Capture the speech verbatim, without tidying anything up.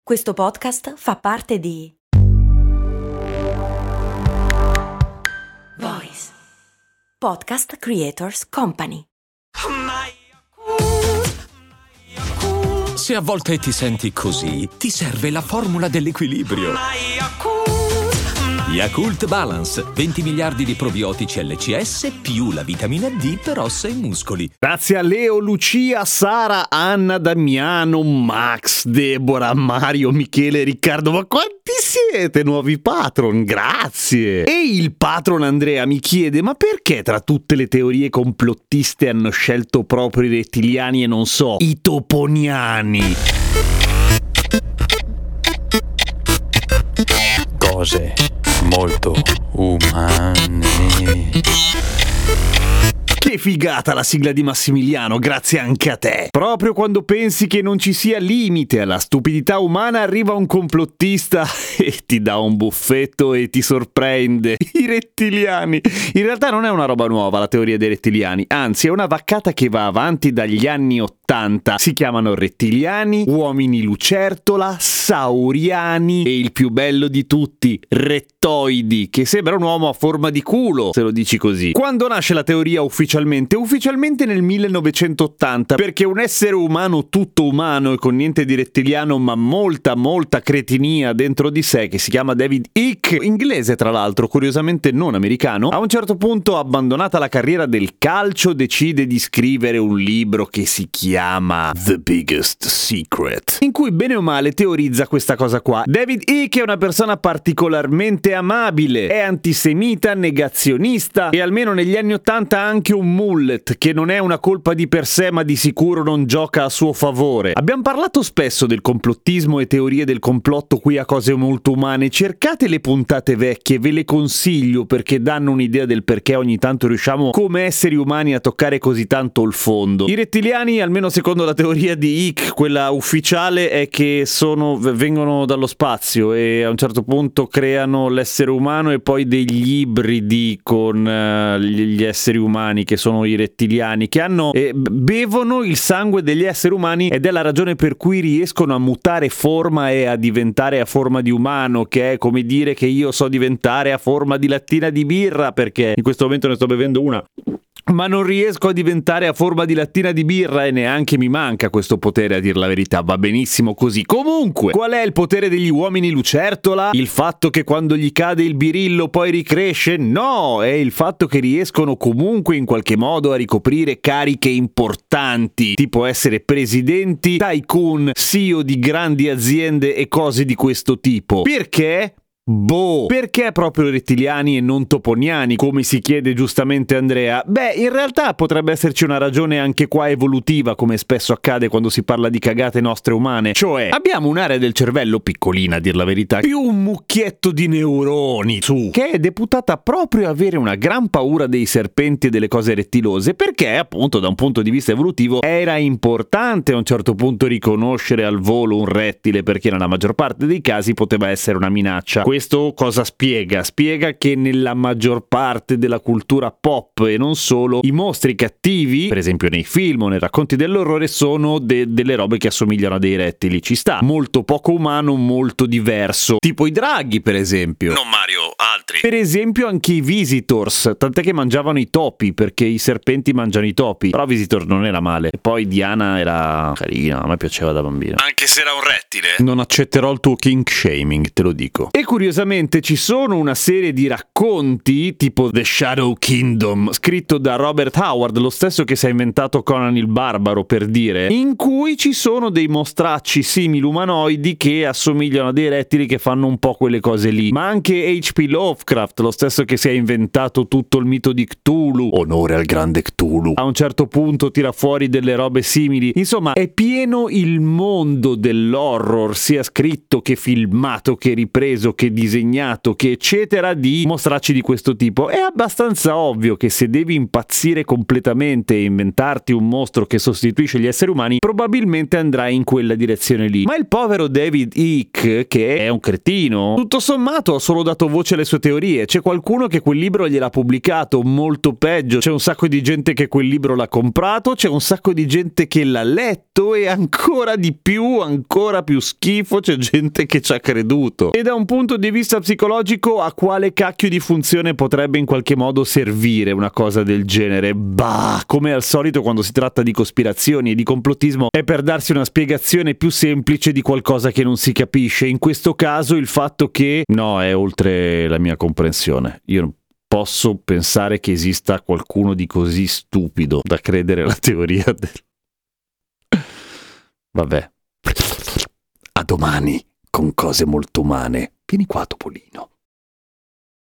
Questo podcast fa parte di Voice Podcast Creators Company. Se a volte ti senti così, ti serve la formula dell'equilibrio. Yakult Balance, venti miliardi di probiotici L C S più la vitamina D per ossa e muscoli. Grazie a Leo, Lucia, Sara, Anna, Damiano, Max, Deborah, Mario, Michele, Riccardo. Ma quanti siete nuovi patron? Grazie! E il patron Andrea mi chiede: ma perché tra tutte le teorie complottiste hanno scelto proprio i rettiliani e non so, i toponiani? Cose molto umane. Che figata la sigla di Massimiliano, grazie anche a te. Proprio quando pensi che non ci sia limite alla stupidità umana, arriva un complottista e ti dà un buffetto e ti sorprende. I rettiliani. In realtà non è una roba nuova la teoria dei rettiliani, anzi è una vaccata che va avanti dagli anni ottanta. Si chiamano rettiliani, uomini lucertola, sauriani e il più bello di tutti, rettoidi, che sembra un uomo a forma di culo, se lo dici così. Quando nasce la teoria ufficialmente? Ufficialmente nel millenovecentottanta, perché un essere umano tutto umano e con niente di rettiliano ma molta molta cretinia dentro di sé, che si chiama David Icke, inglese tra l'altro, curiosamente non americano, a un certo punto, abbandonata la carriera del calcio, decide di scrivere un libro che si chiama The Biggest Secret, in cui bene o male teorizza questa cosa qua. David Icke è una persona particolarmente amabile, è antisemita, negazionista e almeno negli anni ottanta anche un mullet, che non è una colpa di per sé ma di sicuro non gioca a suo favore. Abbiamo parlato spesso del complottismo e teorie del complotto qui a Cose Molto Umane. Cercate le puntate vecchie, ve le consiglio perché danno un'idea del perché ogni tanto riusciamo come esseri umani a toccare così tanto il fondo. I rettiliani, almeno secondo la teoria di Icke, quella ufficiale, è che sono vengono dallo spazio e a un certo punto creano l'essere umano e poi degli ibridi con uh, gli esseri umani, che sono i rettiliani, che hanno eh, bevono il sangue degli esseri umani ed è la ragione per cui riescono a mutare forma e a diventare a forma di umano, che è come dire che io so diventare a forma di lattina di birra, perché in questo momento ne sto bevendo una, ma non riesco a diventare a forma di lattina di birra e neanche mi manca questo potere, a dir la verità. Va benissimo così. Comunque, qual è il potere degli uomini lucertola? Il fatto che quando gli cade il birillo poi ricresce? No, è il fatto che riescono comunque in qualche modo a ricoprire cariche importanti, tipo essere presidenti, tycoon, C E O di grandi aziende e cose di questo tipo. Perché? Boh, perché proprio rettiliani e non toponiani, come si chiede giustamente Andrea? Beh, in realtà potrebbe esserci una ragione anche qua evolutiva, come spesso accade quando si parla di cagate nostre umane. Cioè, abbiamo un'area del cervello piccolina, a dir la verità, più un mucchietto di neuroni, su, che è deputata proprio a avere una gran paura dei serpenti e delle cose rettilose, perché, appunto, da un punto di vista evolutivo, era importante a un certo punto riconoscere al volo un rettile, perché nella maggior parte dei casi poteva essere una minaccia. Questo cosa spiega? Spiega che nella maggior parte della cultura pop e non solo, i mostri cattivi, per esempio nei film o nei racconti dell'orrore, sono de- delle robe che assomigliano a dei rettili. Ci sta, molto poco umano, molto diverso, tipo i draghi per esempio. Non Mario, altri. Per esempio anche i Visitors, tant'è che mangiavano i topi, perché i serpenti mangiano i topi. Però Visitor non era male. E poi Diana era carina, a me piaceva da bambina. Anche se era un rettile. Non accetterò il tuo kink shaming, te lo dico. E curiosamente ci sono una serie di racconti tipo The Shadow Kingdom, scritto da Robert Howard, lo stesso che si è inventato Conan il Barbaro, per dire, in cui ci sono dei mostracci simili umanoidi che assomigliano a dei rettili, che fanno un po' quelle cose lì. Ma anche H P Lovecraft, lo stesso che si è inventato tutto il mito di Cthulhu, onore al grande Cthulhu, a un certo punto tira fuori delle robe simili. Insomma, è pieno il mondo dell'horror, sia scritto che filmato, che ripreso, che disegnato, che eccetera, di mostracci di questo tipo. È abbastanza ovvio che se devi impazzire completamente e inventarti un mostro che sostituisce gli esseri umani, probabilmente andrai in quella direzione lì. Ma il povero David Icke, che è un cretino, tutto sommato ha solo dato voce alle sue teorie. C'è qualcuno che quel libro gliel'ha pubblicato molto peggio, c'è un sacco di gente che quel libro l'ha comprato, c'è un sacco di gente che l'ha letto e ancora di più, ancora più schifo, c'è gente che ci ha creduto. E da un punto di vista psicologico, a quale cacchio di funzione potrebbe in qualche modo servire una cosa del genere? Bah, come al solito quando si tratta di cospirazioni e di complottismo è per darsi una spiegazione più semplice di qualcosa che non si capisce. In questo caso il fatto che no, è oltre la mia comprensione. Io non posso pensare che esista qualcuno di così stupido da credere alla teoria del... Vabbè. A domani con cose molto umane. Vieni qua, Topolino.